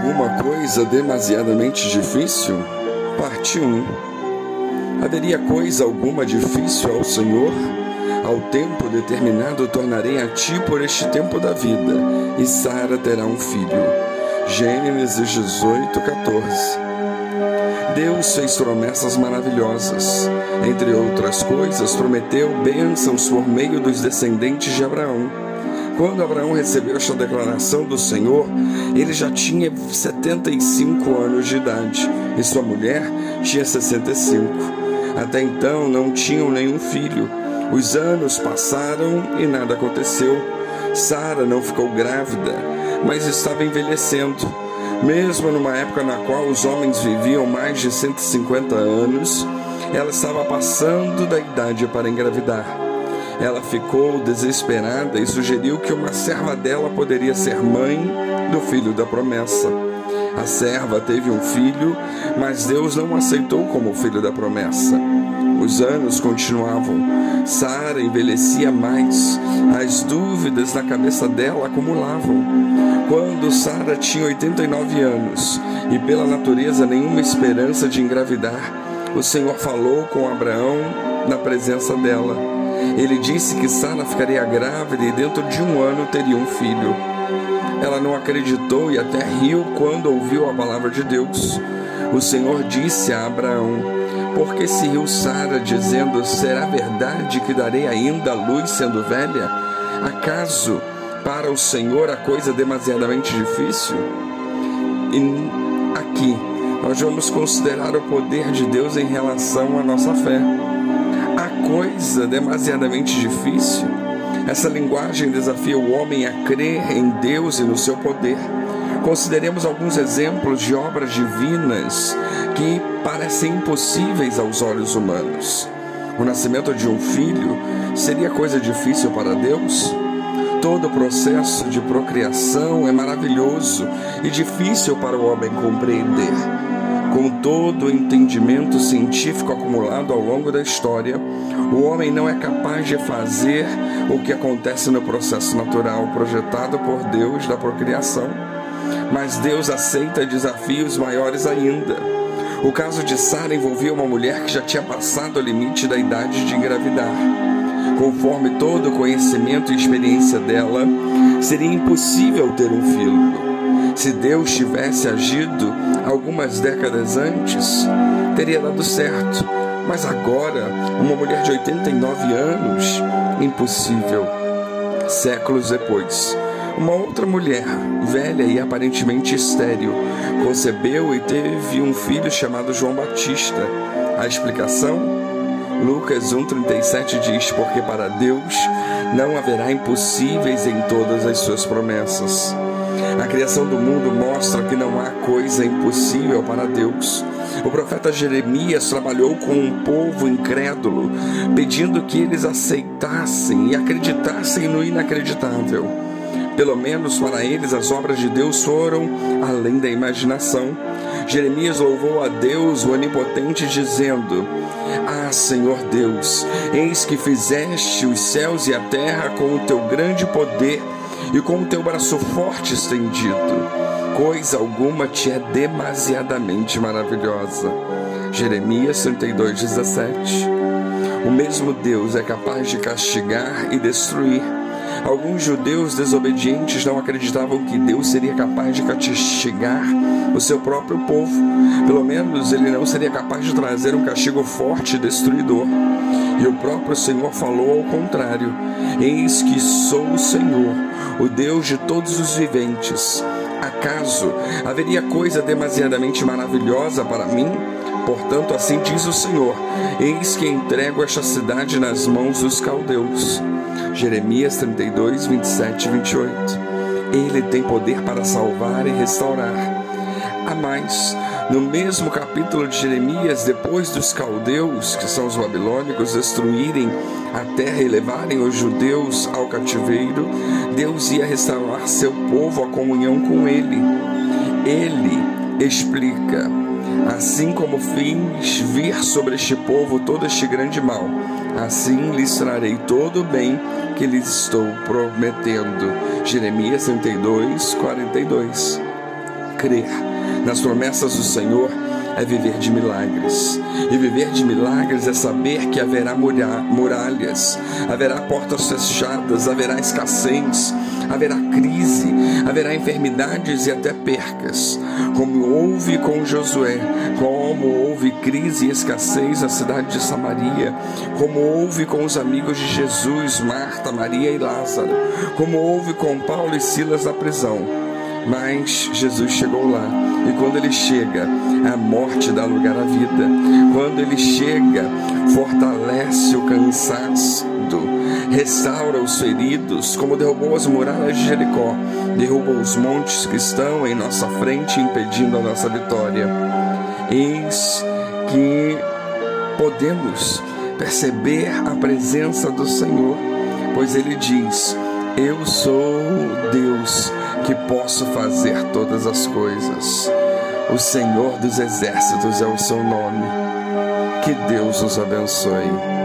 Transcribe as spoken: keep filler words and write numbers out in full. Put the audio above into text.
alguma coisa demasiadamente difícil? Parte um. Haveria coisa alguma difícil ao Senhor? Ao tempo determinado tornarei a ti por este tempo da vida, e Sara terá um filho. Gênesis dezoito, quatorze. Deus fez promessas maravilhosas. Entre outras coisas, prometeu bênçãos por meio dos descendentes de Abraão. Quando Abraão recebeu esta declaração do Senhor, ele já tinha setenta e cinco anos de idade e sua mulher tinha sessenta e cinco. Até então não tinham nenhum filho. Os anos passaram e nada aconteceu. Sara não ficou grávida, mas estava envelhecendo. Mesmo numa época na qual os homens viviam mais de cento e cinquenta anos, ela estava passando da idade para engravidar. Ela ficou desesperada e sugeriu que uma serva dela poderia ser mãe do filho da promessa. A serva teve um filho, mas Deus não o aceitou como filho da promessa. Os anos continuavam. Sara envelhecia mais. As dúvidas na cabeça dela acumulavam. Quando Sara tinha oitenta e nove anos e pela natureza nenhuma esperança de engravidar, o Senhor falou com Abraão na presença dela. Ele disse que Sara ficaria grávida e dentro de um ano teria um filho. Ela não acreditou e até riu quando ouviu a palavra de Deus. O Senhor disse a Abraão: por que se riu Sara, dizendo, será verdade que darei ainda a luz sendo velha? Acaso para o Senhor a coisa é demasiadamente difícil? E aqui nós vamos considerar o poder de Deus em relação à nossa fé. A coisa demasiadamente difícil? Essa linguagem desafia o homem a crer em Deus e no seu poder. Consideremos alguns exemplos de obras divinas que parecem impossíveis aos olhos humanos. O nascimento de um filho seria coisa difícil para Deus? Todo o processo de procriação é maravilhoso e difícil para o homem compreender. Com todo o entendimento científico acumulado ao longo da história, o homem não é capaz de fazer o que acontece no processo natural projetado por Deus da procriação. Mas Deus aceita desafios maiores ainda. O caso de Sara envolvia uma mulher que já tinha passado o limite da idade de engravidar. Conforme todo o conhecimento e experiência dela, seria impossível ter um filho. Se Deus tivesse agido algumas décadas antes, teria dado certo. Mas agora, uma mulher de oitenta e nove anos, impossível. Séculos depois, uma outra mulher, velha e aparentemente estéril, concebeu e teve um filho chamado João Batista. A explicação? Lucas um, trinta e sete diz, porque para Deus não haverá impossíveis em todas as suas promessas. A criação do mundo mostra que não há coisa impossível para Deus. O profeta Jeremias trabalhou com um povo incrédulo, pedindo que eles aceitassem e acreditassem no inacreditável. Pelo menos para eles as obras de Deus foram além da imaginação. Jeremias louvou a Deus, o Onipotente, dizendo: ah, Senhor Deus, eis que fizeste os céus e a terra com o teu grande poder e com o teu braço forte estendido. Coisa alguma te é demasiadamente maravilhosa. Jeremias trinta e dois, dezessete. O mesmo Deus é capaz de castigar e destruir. Alguns judeus desobedientes não acreditavam que Deus seria capaz de castigar o seu próprio povo. Pelo menos ele não seria capaz de trazer um castigo forte e destruidor. E o próprio Senhor falou ao contrário: eis que sou o Senhor, o Deus de todos os viventes. Acaso haveria coisa demasiadamente maravilhosa para mim? Portanto, assim diz o Senhor: eis que entrego esta cidade nas mãos dos caldeus. Jeremias trinta e dois, vinte e sete e vinte e oito. Ele tem poder para salvar e restaurar. A mais, no mesmo capítulo de Jeremias, depois dos caldeus, que são os babilônicos, destruírem a terra e levarem os judeus ao cativeiro, Deus ia restaurar seu povo à comunhão com ele. Ele explica: assim como fiz vir sobre este povo todo este grande mal, assim lhes trarei todo o bem que lhes estou prometendo. Jeremias trinta e dois, quarenta e dois. crer nas promessas do Senhor é viver de milagres. E viver de milagres é saber que haverá muralhas, haverá portas fechadas, haverá escassez, haverá crise, haverá enfermidades e até percas, como houve com Josué, como houve crise e escassez na cidade de Samaria, como houve com os amigos de Jesus, Marta, Maria e Lázaro, como houve com Paulo e Silas na prisão. Mas Jesus chegou lá, e quando ele chega, a morte dá lugar à vida. Quando ele chega, fortalece o cansado, restaura os feridos, como derrubou as muralhas de Jericó, derruba os montes que estão em nossa frente, impedindo a nossa vitória. Eis que podemos perceber a presença do Senhor, pois ele diz: eu sou Deus que posso fazer todas as coisas. O Senhor dos Exércitos é o seu nome. Que Deus nos abençoe.